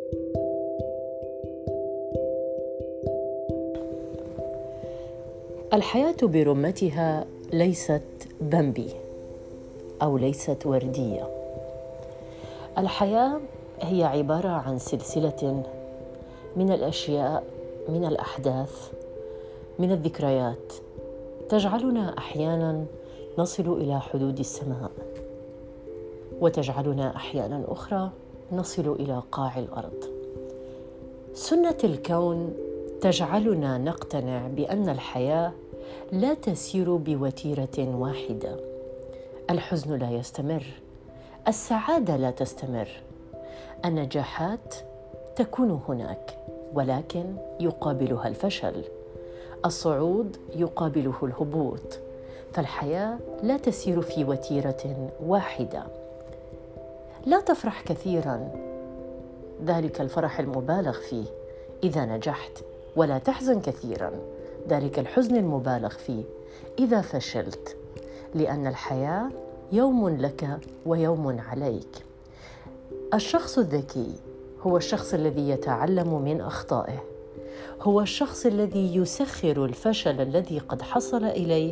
الحياة برمتها ليست بمبي أو ليست وردية. الحياة هي عبارة عن سلسلة من الأشياء، من الأحداث، من الذكريات، تجعلنا أحياناً نصل إلى حدود السماء، وتجعلنا أحياناً أخرى نصل إلى قاع الأرض. سنة الكون تجعلنا نقتنع بأن الحياة لا تسير بوتيرة واحدة. الحزن لا يستمر، السعادة لا تستمر، النجاحات تكون هناك ولكن يقابلها الفشل، الصعود يقابله الهبوط، فالحياة لا تسير في وتيرة واحدة. لا تفرح كثيراً، ذلك الفرح المبالغ فيه إذا نجحت، ولا تحزن كثيراً، ذلك الحزن المبالغ فيه إذا فشلت، لأن الحياة يوم لك ويوم عليك. الشخص الذكي هو الشخص الذي يتعلم من أخطائه، هو الشخص الذي يسخر الفشل الذي قد حصل إليه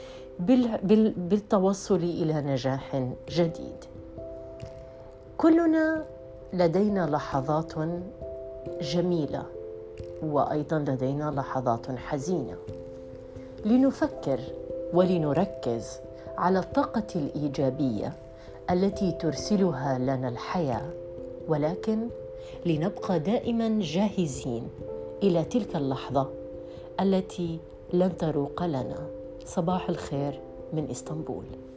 بالتوصل إلى نجاح جديد. كلنا لدينا لحظات جميلة وأيضاً لدينا لحظات حزينة. لنفكر ولنركز على الطاقة الإيجابية التي ترسلها لنا الحياة، ولكن لنبقى دائماً جاهزين إلى تلك اللحظة التي لن تروق لنا. صباح الخير من إسطنبول.